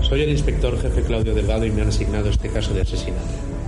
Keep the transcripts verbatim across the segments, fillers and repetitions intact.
Soy el inspector jefe Claudio Delgado y me han asignado este caso de asesinato.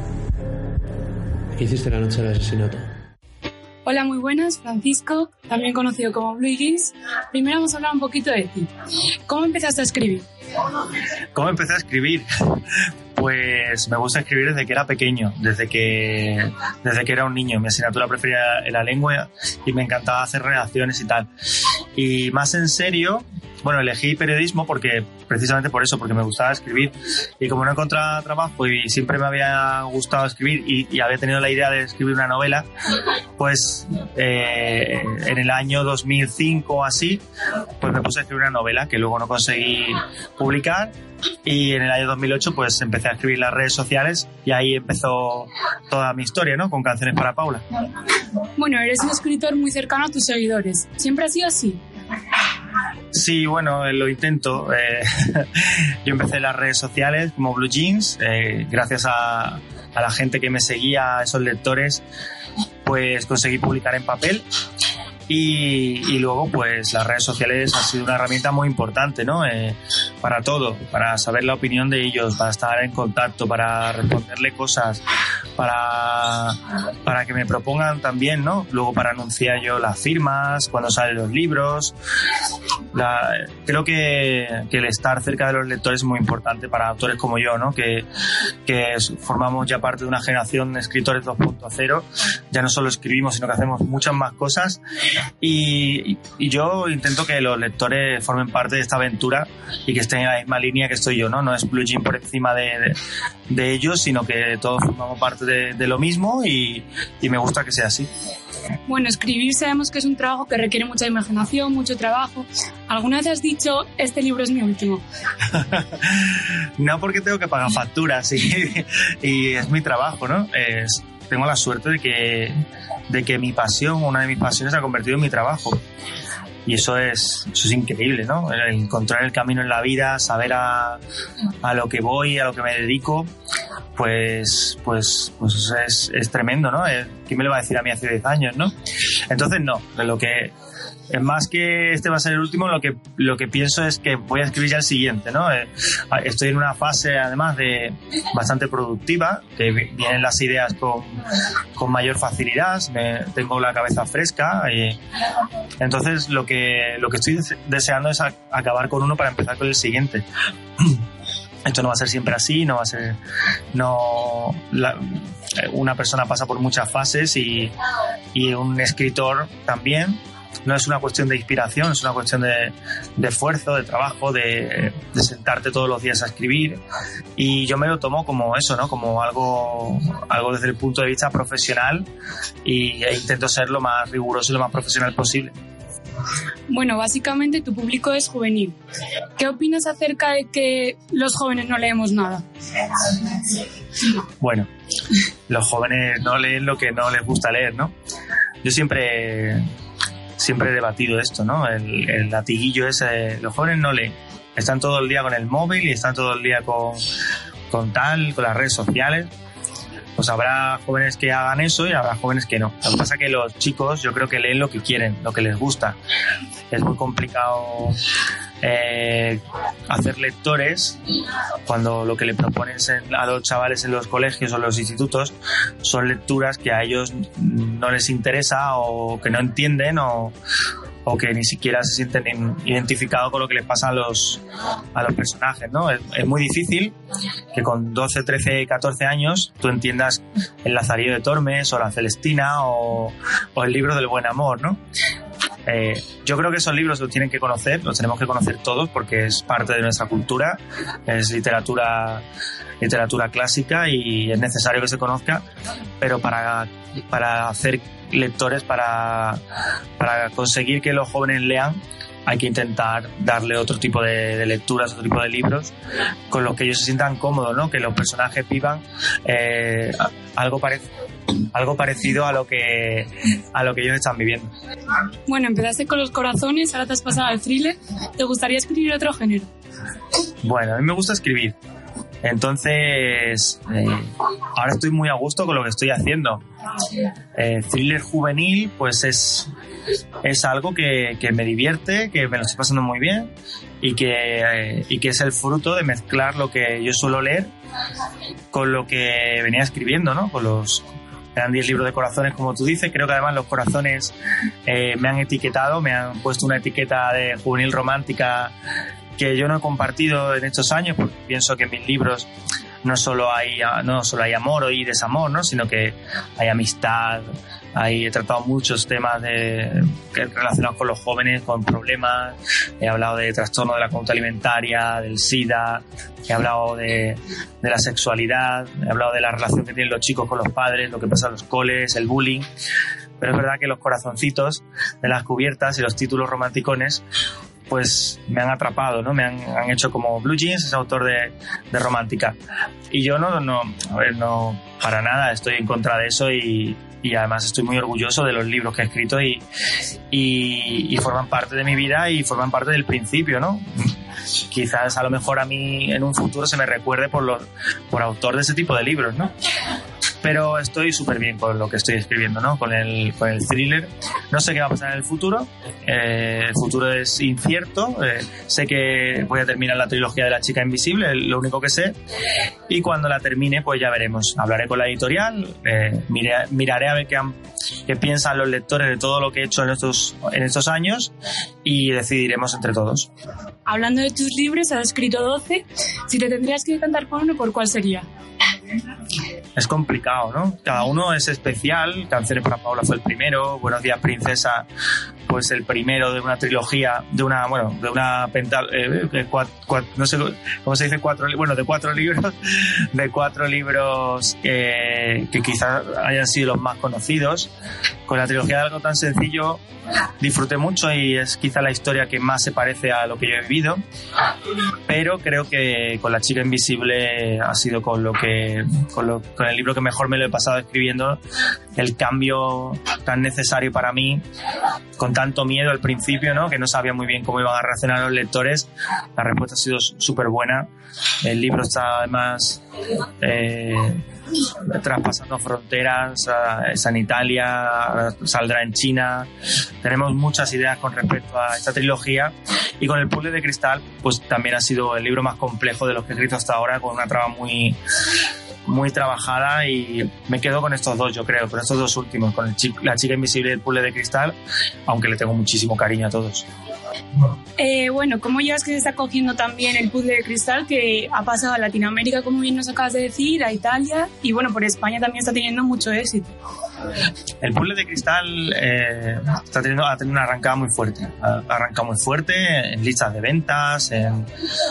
¿Qué hiciste la noche del asesinato? Hola, muy buenas, Francisco, también conocido como Blue Jeans. Primero vamos a hablar un poquito de ti. ¿Cómo empezaste a escribir? ¿Cómo empecé a escribir? Pues me gusta escribir desde que era pequeño, desde que, desde que era un niño. Mi asignatura preferida era lengua y me encantaba hacer redacciones y tal. Y más en serio, bueno, elegí periodismo porque precisamente por eso, porque me gustaba escribir. Y como no encontraba trabajo y siempre me había gustado escribir y, y había tenido la idea de escribir una novela, pues eh, en el año dos mil cinco o así, pues me puse a escribir una novela que luego no conseguí publicar. Y en el año dos mil ocho pues empecé a escribir las redes sociales y ahí empezó toda mi historia, ¿no? Con Canciones para Paula. Bueno, eres un escritor muy cercano a tus seguidores. ¿Siempre ha sido así? Sí, bueno, lo intento. Eh, yo empecé en las redes sociales como Blue Jeans, eh, gracias a, a la gente que me seguía, a esos lectores, pues conseguí publicar en papel. Y, y luego, pues, las redes sociales han sido una herramienta muy importante, ¿no? Eh, para todo, para saber la opinión de ellos, para estar en contacto, para responderle cosas, para, para que me propongan también, ¿no? Luego para anunciar yo las firmas, cuando salen los libros. La, creo que, que el estar cerca de los lectores es muy importante para autores como yo, ¿no? Que, que formamos ya parte de una generación de escritores dos punto cero. Ya no solo escribimos, sino que hacemos muchas más cosas. Y, y yo intento que los lectores formen parte de esta aventura y que estén en la misma línea que estoy yo, ¿no? No es Blue Jean por encima de, de, de ellos, sino que todos formamos parte de, de lo mismo y, y me gusta que sea así. Bueno, escribir sabemos que es un trabajo que requiere mucha imaginación, mucho trabajo. ¿Alguna vez has dicho, este libro es mi último? No, porque tengo que pagar facturas y, y es mi trabajo, ¿no? Es, tengo la suerte de que, de que mi pasión, una de mis pasiones, se ha convertido en mi trabajo. Y eso es, eso es increíble, ¿no? El encontrar el camino en la vida, saber a, a lo que voy, a lo que me dedico, pues, pues, pues es, es tremendo, ¿no? ¿Quién me lo va a decir a mí hace diez años, no? Entonces, no, de lo que... Es más que este va a ser el último, lo que, lo que pienso es que voy a escribir ya el siguiente, ¿no? Estoy en una fase, además, de bastante productiva, que vienen las ideas con, con mayor facilidad, me, tengo la cabeza fresca, y entonces lo que, lo que estoy deseando es a, acabar con uno para empezar con el siguiente. Esto no va a ser siempre así, no va a ser... no la, una persona pasa por muchas fases y, y un escritor también. No es una cuestión de inspiración, es una cuestión de, de esfuerzo, de trabajo, de, de sentarte todos los días a escribir. Y yo me lo tomo como eso, ¿no? Como algo, algo desde el punto de vista profesional y, e intento ser lo más riguroso y lo más profesional posible. Bueno, básicamente tu público es juvenil. ¿Qué opinas acerca de que los jóvenes no leemos nada? Bueno, los jóvenes no leen lo que no les gusta leer, ¿no? Yo siempre... Siempre he debatido esto, ¿no? El, el latiguillo ese, los jóvenes no leen, están todo el día con el móvil y están todo el día con, con tal, con las redes sociales. Pues habrá jóvenes que hagan eso y habrá jóvenes que no. Lo que pasa es que los chicos yo creo que leen lo que quieren, lo que les gusta. Es muy complicado eh, hacer lectores cuando lo que le proponen a los chavales en los colegios o en los institutos son lecturas que a ellos no les interesa o que no entienden o, o que ni siquiera se sienten identificados con lo que les pasa a los, a los personajes, ¿no? Es, es muy difícil que con doce, trece, catorce años tú entiendas el Lazarillo de Tormes o la Celestina o, o el libro del buen amor, ¿no? Eh, yo creo que esos libros los tienen que conocer, los tenemos que conocer todos porque es parte de nuestra cultura, es literatura, literatura clásica y es necesario que se conozca, pero para, para hacer lectores, para, para conseguir que los jóvenes lean, hay que intentar darle otro tipo de, de lecturas, otro tipo de libros con los que ellos se sientan cómodos, ¿no? Que los personajes vivan eh, algo parecido. Algo parecido a lo que a lo que ellos están viviendo. Bueno, empezaste con los corazones, ahora te has pasado al thriller. ¿Te gustaría escribir otro género? Bueno, a mí me gusta escribir. Entonces, eh, ahora estoy muy a gusto con lo que estoy haciendo. Eh, thriller juvenil, pues es, es algo que, que me divierte, que me lo estoy pasando muy bien y que, eh, y que es el fruto de mezclar lo que yo suelo leer con lo que venía escribiendo, ¿no? Con los... Eran diez libros de corazones, como tú dices. Creo que además los corazones eh, me han etiquetado, me han puesto una etiqueta de juvenil romántica que yo no he compartido en estos años, porque pienso que en mis libros no solo hay, no solo hay amor y desamor, ¿no? Sino que hay amistad, hay, he tratado muchos temas de, relacionados con los jóvenes, con problemas. He hablado de trastorno de la conducta alimentaria, del SIDA, he hablado de, de la sexualidad, he hablado de la relación que tienen los chicos con los padres, lo que pasa en los coles, el bullying. Pero es verdad que los corazoncitos de las cubiertas y los títulos romanticones pues me han atrapado, ¿no? Me han, han hecho como Blue Jeans, es autor de, de romántica. Y yo no, no, a ver, no, para nada estoy en contra de eso y, y además estoy muy orgulloso de los libros que he escrito y, y, y forman parte de mi vida y forman parte del principio, ¿no? Quizás a lo mejor a mí en un futuro se me recuerde por, los, por autor de ese tipo de libros, ¿no? Pero estoy súper bien con lo que estoy escribiendo, ¿no? Con el, con el thriller. No sé qué va a pasar en el futuro. Eh, el futuro es incierto. Eh, sé que voy a terminar la trilogía de La chica invisible, es lo único que sé. Y cuando la termine, pues ya veremos. Hablaré con la editorial, eh, miré, miraré a ver qué, han, qué piensan los lectores de todo lo que he hecho en estos, en estos años y decidiremos entre todos. Hablando de tus libros, has escrito doce. Si te tendrías que decantar por uno, ¿por cuál sería? Es complicado, ¿no? Cada uno es especial. Canciones para Paula fue el primero. Buenos días, princesa, pues el primero de una trilogía, de una, bueno, de una pental, eh, de cuatro, cuatro, no sé cómo se dice, cuatro, bueno, de cuatro libros, de cuatro libros eh, que quizás hayan sido los más conocidos. Con la trilogía de Algo tan sencillo disfruté mucho y es quizá la historia que más se parece a lo que yo he vivido, pero creo que con La chica invisible ha sido con lo que con, lo, con el libro que mejor me lo he pasado escribiendo, el cambio tan necesario para mí, con tanto miedo al principio, ¿no? Que no sabía muy bien cómo iban a reaccionar los lectores. La respuesta ha sido súper buena. El libro está además eh, traspasando fronteras, está en Italia, saldrá en China. Tenemos muchas ideas con respecto a esta trilogía, y con El puzzle de cristal pues también ha sido el libro más complejo de los que he escrito hasta ahora, con una trama muy muy trabajada, y me quedo con estos dos, yo creo, con estos dos últimos, con el chi- La chica invisible y El puzzle de cristal, aunque le tengo muchísimo cariño a todos. Eh, bueno, ¿cómo llevas que se está cogiendo también El puzzle de cristal, que ha pasado a Latinoamérica, como bien nos acabas de decir, a Italia, y bueno, por España también está teniendo mucho éxito? El puzzle de cristal eh, está teniendo, ha tenido una arrancada muy fuerte. Ha arrancado muy fuerte en listas de ventas, en,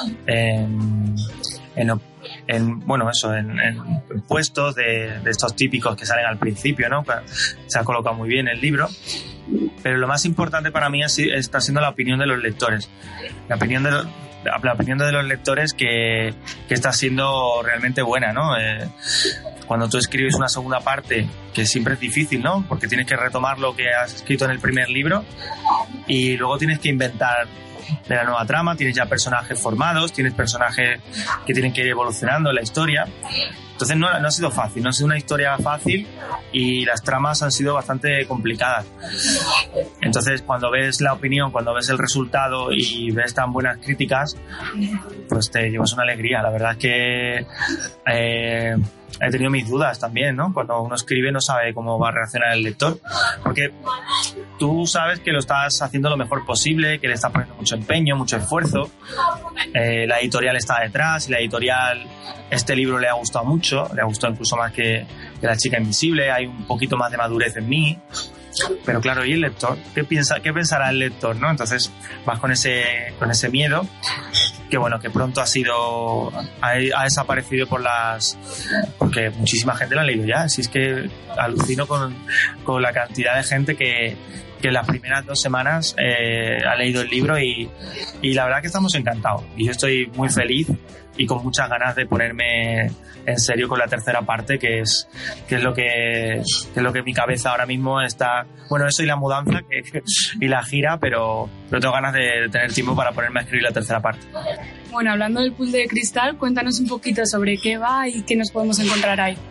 en, en, en bueno, eso, en, en puestos de, de estos típicos que salen al principio, ¿no? Se ha colocado muy bien el libro. Pero lo más importante para mí está siendo la opinión de los lectores. La opinión de los, la opinión de los lectores que, que está siendo realmente buena, ¿no? Eh, cuando tú escribes una segunda parte, que siempre es difícil, ¿no? Porque tienes que retomar lo que has escrito en el primer libro y luego tienes que inventar de la nueva trama, tienes ya personajes formados, tienes personajes que tienen que ir evolucionando en la historia. Entonces no, no ha sido fácil, no ha sido una historia fácil y las tramas han sido bastante complicadas. Entonces cuando ves la opinión, cuando ves el resultado y ves tan buenas críticas, pues te llevas una alegría. La verdad es que eh, he tenido mis dudas también, ¿no? Cuando uno escribe no sabe cómo va a reaccionar el lector, porque tú sabes que lo estás haciendo lo mejor posible, que le estás poniendo mucho empeño, mucho esfuerzo. Eh, la editorial está detrás y la editorial, este libro le ha gustado mucho, le ha gustado incluso más que, que La chica invisible. Hay un poquito más de madurez en mí. Pero claro, ¿y el lector? ¿Qué piensa, qué pensará el lector, no? Entonces vas con ese, con ese miedo, que bueno, que pronto ha sido, ha, ha desaparecido por las, porque muchísima gente lo ha leído ya. Así es que alucino con, con la cantidad de gente que, que en las primeras dos semanas eh, ha leído el libro y, y la verdad que estamos encantados. Y yo estoy muy feliz y con muchas ganas de ponerme en serio con la tercera parte, que es, que es lo que, que es lo que mi cabeza ahora mismo está... Bueno, eso y la mudanza que, y la gira, pero, pero tengo ganas de tener tiempo para ponerme a escribir la tercera parte. Bueno, hablando del puzzle de cristal, cuéntanos un poquito sobre qué va y qué nos podemos encontrar ahí.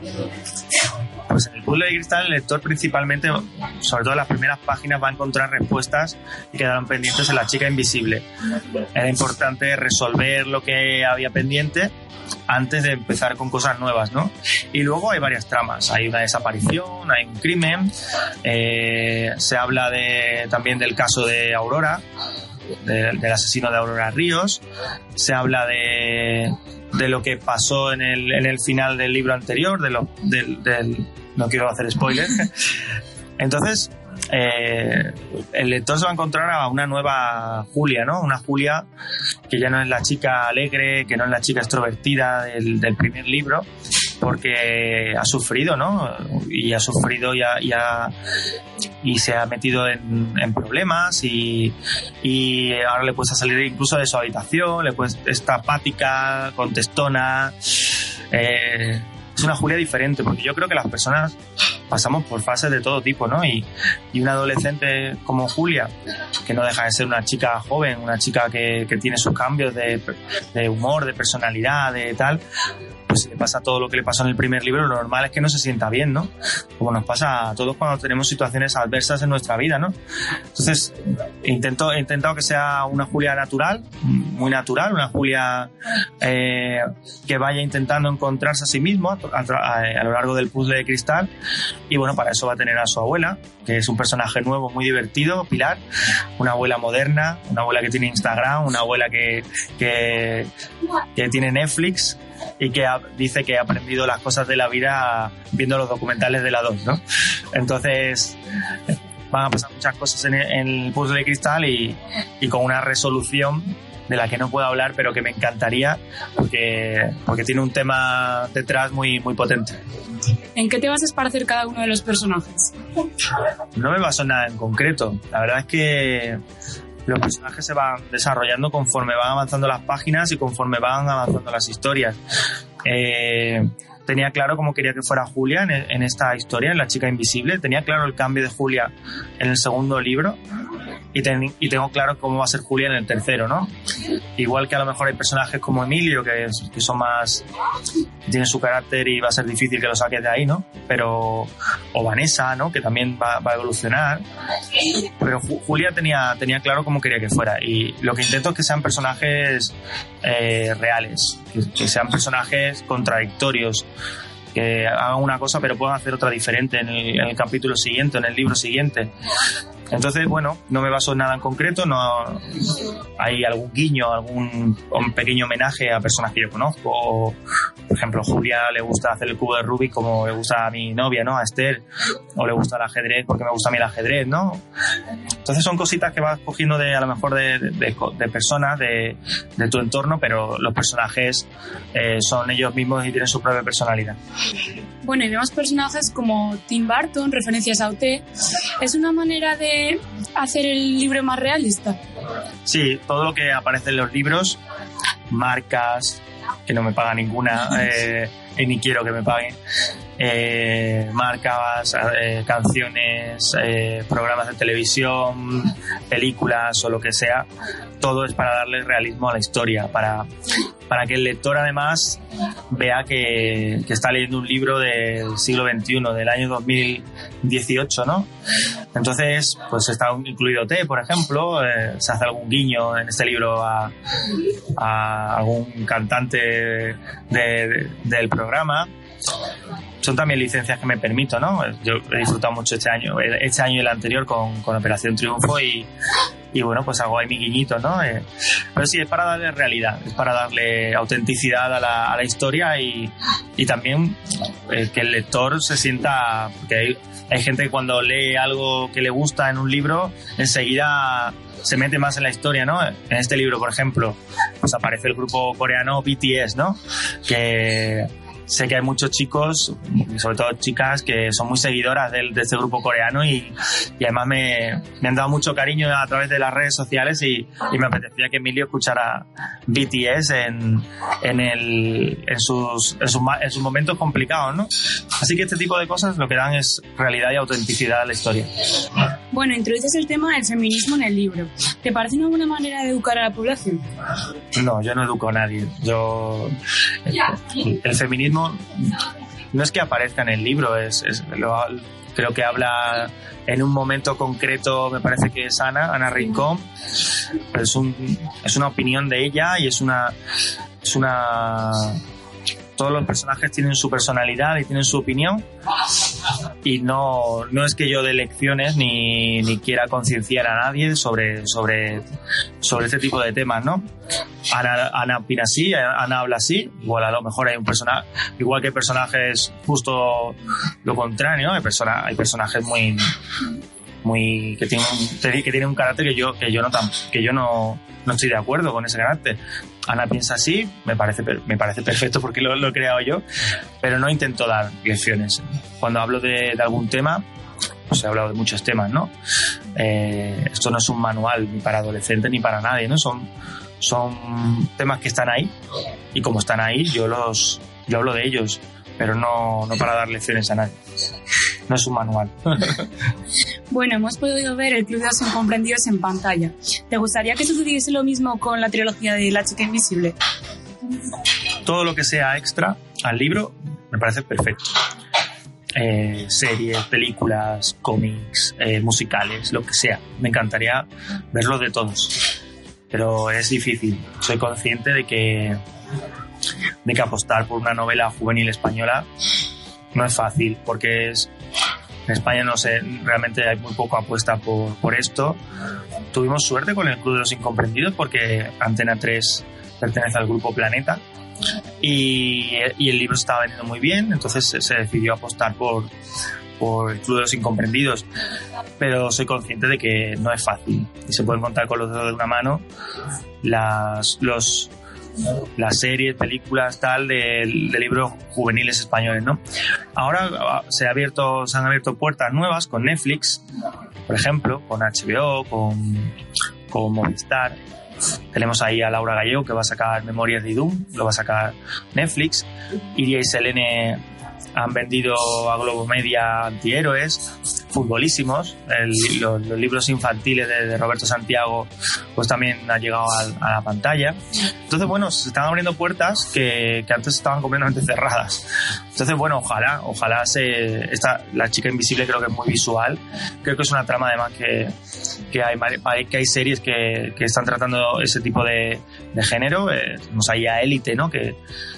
Pues en el puzzle de cristal el lector principalmente, sobre todo en las primeras páginas, va a encontrar respuestas que quedaron pendientes en La chica invisible. Era importante resolver lo que había pendiente antes de empezar con cosas nuevas, ¿no? Y luego hay varias tramas. Hay una desaparición, hay un crimen, eh, se habla de, también del caso de Aurora, de, del asesino de Aurora Ríos, se habla de... de lo que pasó en el, en el final del libro anterior, de lo, del, del, no quiero hacer spoiler. Entonces, eh, el lector se va a encontrar a una nueva Julia, ¿no? Una Julia que ya no es la chica alegre, que no es la chica extrovertida del, del primer libro, porque ha sufrido, ¿no? Y ha sufrido y, ha, y, ha, y se ha metido en, en problemas y, y ahora le cuesta salir incluso de su habitación, le cuesta, está apática, contestona. Eh, es una Julia diferente, porque yo creo que las personas pasamos por fases de todo tipo, ¿no? Y, y una adolescente como Julia, que no deja de ser una chica joven, una chica que, que tiene sus cambios de, de humor, de personalidad, de tal, pues si le pasa todo lo que le pasó en el primer libro, lo normal es que no se sienta bien, ¿no? Como nos pasa a todos cuando tenemos situaciones adversas en nuestra vida, ¿no? Entonces, intento, he intentado que sea una Julia natural, muy natural, una Julia eh, que vaya intentando encontrarse a sí mismo a, a, a lo largo del puzzle de cristal. Y bueno, para eso va a tener a su abuela, que es un personaje nuevo, muy divertido, Pilar, una abuela moderna, una abuela que tiene Instagram, una abuela que, que, que tiene Netflix y que ha, dice que ha aprendido las cosas de la vida viendo los documentales de la dos, ¿no? Entonces van a pasar muchas cosas en el, en el puzzle de cristal y, y con una resolución de la que no puedo hablar, pero que me encantaría porque, porque tiene un tema detrás muy, muy potente. ¿En qué te basas para hacer cada uno de los personajes? No me baso en nada en concreto. La verdad es que los personajes se van desarrollando conforme van avanzando las páginas y conforme van avanzando las historias. Eh, tenía claro cómo quería que fuera Julia en, en esta historia, en La chica invisible. Tenía claro el cambio de Julia en el segundo libro y, ten, y tengo claro cómo va a ser Julia en el tercero, ¿no? Igual que a lo mejor hay personajes como Emilio que, que son más... tienen su carácter y va a ser difícil que lo saques de ahí, ¿no? Pero... o Vanessa, ¿no? Que también va, va a evolucionar. Pero Julia tenía, tenía claro cómo quería que fuera y lo que intento es que sean personajes eh, reales, que, que sean personajes contradictorios, que hagan una cosa pero puedan hacer otra diferente en el, en el capítulo siguiente, en el libro siguiente. Entonces, bueno, no me baso en nada en concreto, no hay algún guiño, algún un pequeño homenaje a personas que yo conozco. O, por ejemplo, Julia le gusta hacer el cubo de Rubik como le gusta a mi novia, ¿no? A Esther, o le gusta el ajedrez porque me gusta a mí el ajedrez, ¿no? Entonces son cositas que vas cogiendo de a lo mejor de, de, de personas, de, de tu entorno, pero los personajes eh, son ellos mismos y tienen su propia personalidad. Bueno, y vemos personajes como Tim Burton, referencias a O T. ¿Es una manera de hacer el libro más realista? Sí, todo lo que aparece en los libros, marcas, que no me paga ninguna, eh, y ni quiero que me paguen, eh, marcas, eh, canciones, eh, programas de televisión, películas o lo que sea, todo es para darle realismo a la historia, para, para que el lector además vea que, que está leyendo un libro del siglo veintiuno, del año dos mil dieciocho, ¿no? Entonces, pues está incluido T, por ejemplo, eh, se hace algún guiño en este libro a, a algún cantante de, de, del programa. Son también licencias que me permito, ¿no? Yo he disfrutado mucho este año, este año y el anterior con, con Operación Triunfo y, y bueno, pues hago ahí mi guiñito, ¿no? Eh, pero sí, es para darle realidad, es para darle autenticidad a la, a la historia y, y también eh, que el lector se sienta... Porque hay, hay gente que cuando lee algo que le gusta en un libro, enseguida se mete más en la historia, ¿no? En este libro, por ejemplo, pues aparece el grupo coreano B T S, ¿no? Que... sé que hay muchos chicos, sobre todo chicas, que son muy seguidoras de, de este grupo coreano y, y además me, me han dado mucho cariño a través de las redes sociales y, y me apetecía que Emilio escuchara B T S en, en, el, en, sus, en, sus, en sus momentos complicados, ¿no? Así que este tipo de cosas lo que dan es realidad y autenticidad a la historia. Bueno, introduces el tema del feminismo en el libro. ¿Te parece una buena manera de educar a la población? No, yo no educo a nadie. Yo el, el feminismo no es que aparezca en el libro, es, es lo, creo que habla en un momento concreto, me parece que es Ana, Ana Rincón, pero es, un, es una opinión de ella y es una, es una... Todos los personajes tienen su personalidad y tienen su opinión y no, no es que yo dé lecciones ni, ni quiera concienciar a nadie sobre, sobre, sobre este tipo de temas, ¿no? Ana, Ana opina así, Ana habla así, igual a lo mejor hay un personaje, igual que personajes justo lo contrario, ¿no? Hay, persona, hay personajes muy, muy que tienen, que tienen un carácter que yo, que yo no tan, que yo no, no estoy de acuerdo con ese carácter. Ana piensa así, me parece, me parece perfecto porque lo, lo he creado yo, pero no intento dar lecciones. Cuando hablo de, de algún tema, pues he hablado de muchos temas, ¿no? Eh, esto no es un manual ni para adolescentes ni para nadie, ¿no? Son, son temas que están ahí y como están ahí, yo los, yo hablo de ellos, pero no, no para dar lecciones a nadie. No es un manual. Bueno, hemos podido ver el Club de los Incomprendidos en pantalla. ¿Te gustaría que sucediese lo mismo con la trilogía de La chica invisible? Todo lo que sea extra al libro me parece perfecto. Eh, series, películas, cómics, eh, musicales, lo que sea. Me encantaría verlo de todos. Pero es difícil. Soy consciente de que, de que apostar por una novela juvenil española no es fácil, porque es... En España no sé, realmente hay muy poco apuesta por, por esto. Tuvimos suerte con el Club de los Incomprendidos porque Antena tres pertenece al grupo Planeta y, y el libro estaba vendiendo muy bien, entonces se, se decidió apostar por, por el Club de los Incomprendidos. Pero soy consciente de que no es fácil y se pueden contar con los dedos de una mano las, los... las series, películas, tal, de, de libros juveniles españoles, ¿no? Ahora se, ha abierto, se han abierto puertas nuevas con Netflix, por ejemplo, con H B O, con, con Movistar. Tenemos ahí a Laura Gallego, que va a sacar Memorias de Idún, lo va a sacar Netflix. Iria y Selene han vendido a Globo Media Antihéroes, futbolísimos. El, los, los libros infantiles de, de Roberto Santiago pues también han llegado a, a la pantalla. Entonces, bueno, se están abriendo puertas que, que antes estaban completamente cerradas. Entonces, bueno, ojalá, ojalá se... Esta, La chica invisible creo que es muy visual. Creo que es una trama además que, que, hay, que hay series que, que están tratando ese tipo de, de género. Eh, tenemos ahí a Élite, ¿no? Que,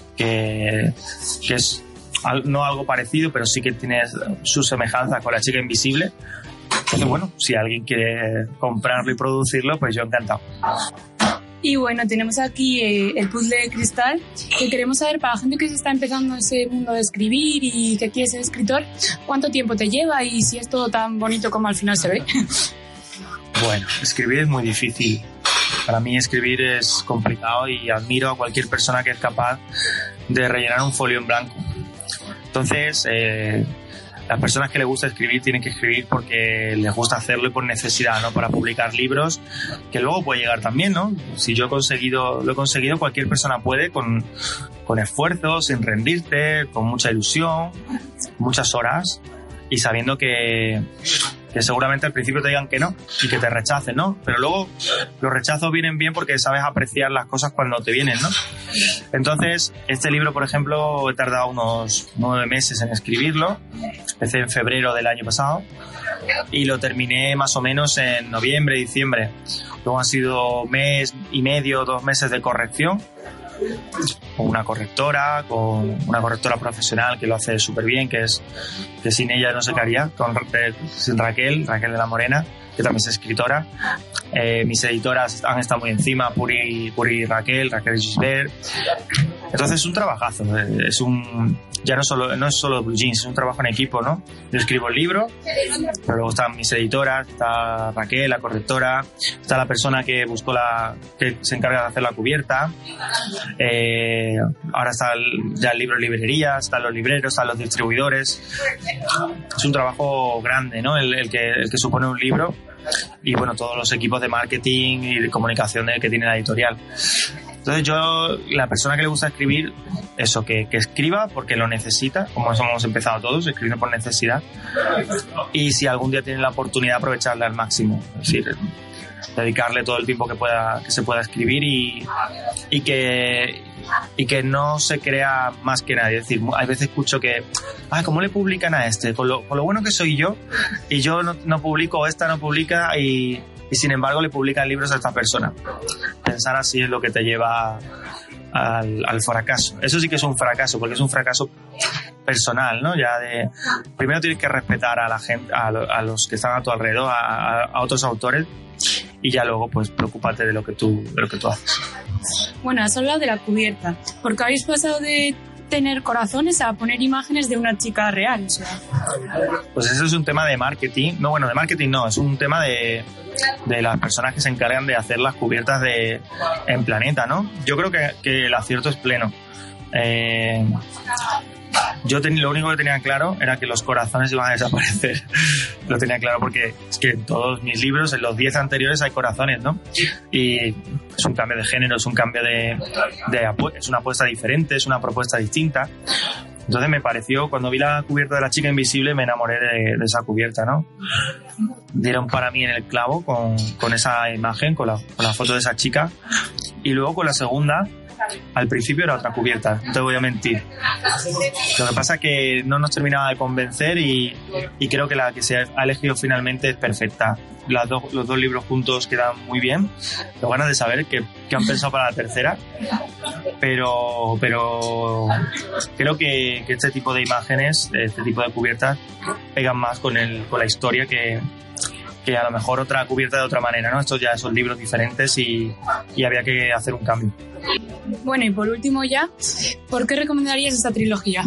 que, que es... no algo parecido, pero sí que tiene su semejanza con La chica invisible. Entonces, bueno, si alguien quiere comprarlo y producirlo, pues yo encantado. Y bueno, tenemos aquí eh, el puzzle de cristal, que queremos saber, para la gente que se está empezando ese mundo de escribir y que quiere ser escritor, ¿cuánto tiempo te lleva y si es todo tan bonito como al final se ve? Bueno, escribir es muy difícil. Para mí escribir es complicado y admiro a cualquier persona que es capaz de rellenar un folio en blanco. Entonces, eh, las personas que les gusta escribir tienen que escribir porque les gusta hacerlo y por necesidad, ¿no? Para publicar libros, que luego puede llegar también, ¿no? Si yo he conseguido, lo he conseguido, cualquier persona puede, con, con esfuerzo, sin rendirte, con mucha ilusión, muchas horas, y sabiendo que, que seguramente al principio te digan que no y que te rechacen, ¿no? Pero luego los rechazos vienen bien porque sabes apreciar las cosas cuando te vienen, ¿no? Entonces, este libro, por ejemplo, he tardado unos nueve meses en escribirlo. Empecé en febrero del año pasado y lo terminé más o menos en noviembre, diciembre. Luego han sido mes y medio, dos meses de corrección con una correctora, con una correctora profesional que lo hace súper bien, que es que sin ella no sé qué haría, con, sin Raquel, Raquel de la Morena, que también es escritora. Eh, mis editoras han estado muy encima, Puri, Puri y Raquel, Raquel Gisbert. Entonces es un trabajazo, es un, ya no, solo, no es solo Blue Jeans, es un trabajo en equipo, ¿no? Yo escribo el libro, pero luego están mis editoras, está Raquel, la correctora, está la persona que buscó la, que se encarga de hacer la cubierta, eh, ahora está el, ya el libro en librerías, están los libreros, están los distribuidores. Es un trabajo grande, ¿no? El, el, que, el que supone un libro, y bueno, todos los equipos de marketing y de comunicación que tiene la editorial. Entonces yo, la persona que le gusta escribir, eso, que, que escriba porque lo necesita, como hemos empezado todos, escribiendo por necesidad, y si algún día tiene la oportunidad, aprovecharla al máximo, es decir, dedicarle todo el tiempo que pueda, que se pueda escribir, y, y que y que no se crea más que nadie. Es decir, hay veces escucho que, ah, ¿cómo le publican a este? Con lo, con lo bueno que soy yo, y yo no, no publico, o esta no publica, y, y sin embargo le publican libros a esta persona. Pensar así es lo que te lleva al, al fracaso. Eso sí que es un fracaso, porque es un fracaso personal, ¿no? Ya de, primero tienes que respetar a la gente, a, lo, a los que están a tu alrededor, a, a otros autores, y ya luego pues preocúpate de lo que tú, de lo que tú haces. Bueno, has hablado de la cubierta, porque habéis pasado de tener corazones a poner imágenes de una chica real, o sea. Pues eso es un tema de marketing, no, bueno, de marketing no, es un tema de, de las personas que se encargan de hacer las cubiertas de, en Planeta, ¿no? Yo creo que, que el acierto es pleno. Eh, yo ten, lo único que tenía claro era que los corazones iban a desaparecer. Lo tenía claro porque es que en todos mis libros, en los diez anteriores, hay corazones, ¿no? Y es un cambio de género, es un cambio de, de apu- es una apuesta diferente, es una propuesta distinta. Entonces me pareció, cuando vi la cubierta de La chica invisible, me enamoré de, de esa cubierta, ¿no? Dieron para mí en el clavo con, con esa imagen, con la, con la foto de esa chica. Y luego con la segunda, al principio era otra cubierta, no te voy a mentir. Lo que pasa es que no nos terminaba de convencer, y, y creo que la que se ha elegido finalmente es perfecta. Las do, los dos libros juntos quedan muy bien. Tengo ganas de saber qué, qué han pensado para la tercera, pero, pero creo que, que este tipo de imágenes, este tipo de cubiertas, pegan más con, el, con la historia que, que a lo mejor otra cubierta de otra manera, ¿no? Estos ya son libros diferentes, y, y había que hacer un cambio. Bueno, y por último ya, ¿por qué recomendarías esta trilogía?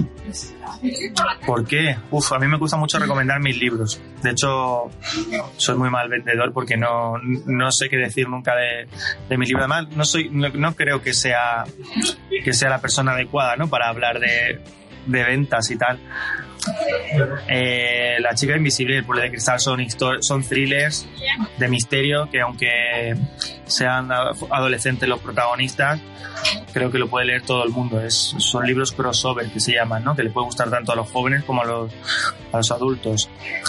¿Por qué? Uf, a mí me gusta mucho recomendar mis libros. De hecho, soy muy mal vendedor porque no, no sé qué decir nunca de, de mis libros. Además, no, soy, no, no creo que sea, que sea la persona adecuada, ¿no?, para hablar de, de ventas y tal. Eh, La chica invisible y El puzzle de cristal son, histor- son thrillers de misterio que, aunque sean adolescentes los protagonistas, creo que lo puede leer todo el mundo. Es, son libros crossover, que se llaman, ¿no?, que le puede gustar tanto a los jóvenes como a los, a los adultos.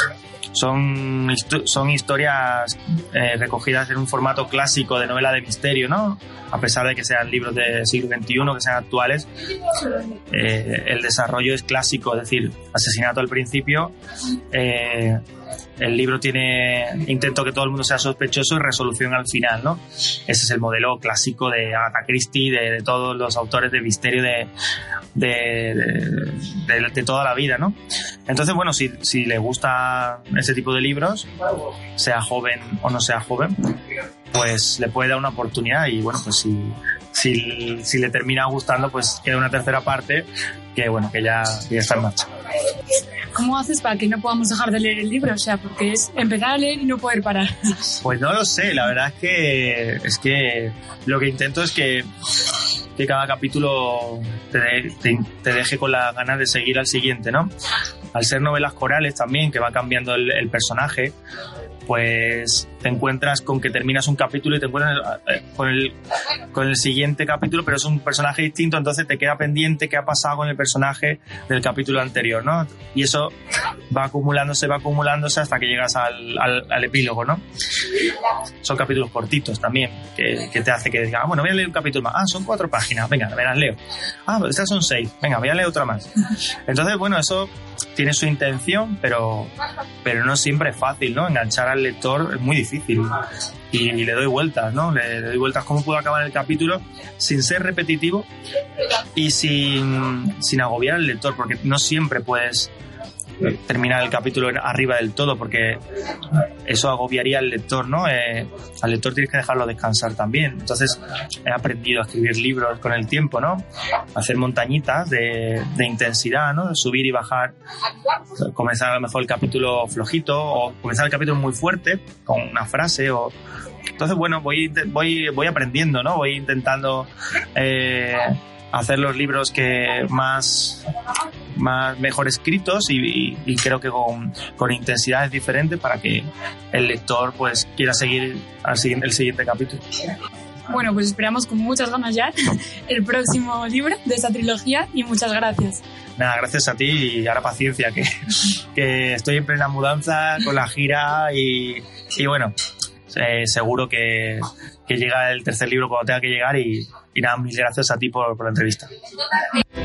Son, son historias eh, recogidas en un formato clásico de novela de misterio, ¿no? A pesar de que sean libros del siglo veintiuno, que sean actuales, eh, el desarrollo es clásico, es decir, asesinato al principio, eh, el libro tiene intento que todo el mundo sea sospechoso y resolución al final, ¿no? Ese es el modelo clásico de Agatha Christie, de, de todos los autores de misterio de, de, de, de, de toda la vida, ¿no? Entonces, bueno, si, si le gusta ese tipo de libros, sea joven o no sea joven, pues le puede dar una oportunidad, y bueno, pues si, si, si le termina gustando, pues queda una tercera parte que, bueno, que ya, que ya está en marcha. ¿Cómo haces para que no podamos dejar de leer el libro? O sea, porque es empezar a leer y no poder parar. Pues no lo sé, la verdad es que, es que lo que intento es que, que cada capítulo te, de, te, te deje con las ganas de seguir al siguiente, ¿no? Al ser novelas corales también, que va cambiando el, el personaje, pues te encuentras con que terminas un capítulo y te encuentras con el, con el siguiente capítulo, pero es un personaje distinto, entonces te queda pendiente qué ha pasado con el personaje del capítulo anterior, ¿no? Y eso va acumulándose, va acumulándose hasta que llegas al, al, al epílogo, ¿no? Son capítulos cortitos también, que, que te hace que digas, ah, bueno, voy a leer un capítulo más. Ah, son cuatro páginas, venga, me las leo. Ah, pues estas son seis, venga, voy a leer otra más. Entonces, bueno, eso tiene su intención, pero, pero no siempre es fácil, ¿no? Enganchar al lector es muy difícil, y, y le doy vueltas, ¿no? Le, le doy vueltas cómo puedo acabar el capítulo sin ser repetitivo y sin, sin agobiar al lector, porque no siempre puedes terminar el capítulo arriba del todo, porque eso agobiaría al lector, ¿no? Eh, al lector tienes que dejarlo descansar también. Entonces he aprendido a escribir libros con el tiempo, ¿no? Hacer montañitas de, de intensidad, ¿no? De subir y bajar. Comenzar a lo mejor el capítulo flojito o comenzar el capítulo muy fuerte con una frase o... Entonces, bueno, voy, voy, voy aprendiendo, ¿no? Voy intentando eh, hacer los libros que más, más mejor escritos y, y, y creo que con, con intensidades diferentes para que el lector pues quiera seguir al siguiente, el siguiente capítulo. Bueno, pues esperamos con muchas ganas ya el próximo libro de esa trilogía y muchas gracias. Nada, gracias a ti y ahora paciencia, que, que estoy en plena mudanza con la gira y, y bueno, eh, seguro que, que llega el tercer libro cuando tenga que llegar y, y nada, mil gracias a ti por, por la entrevista.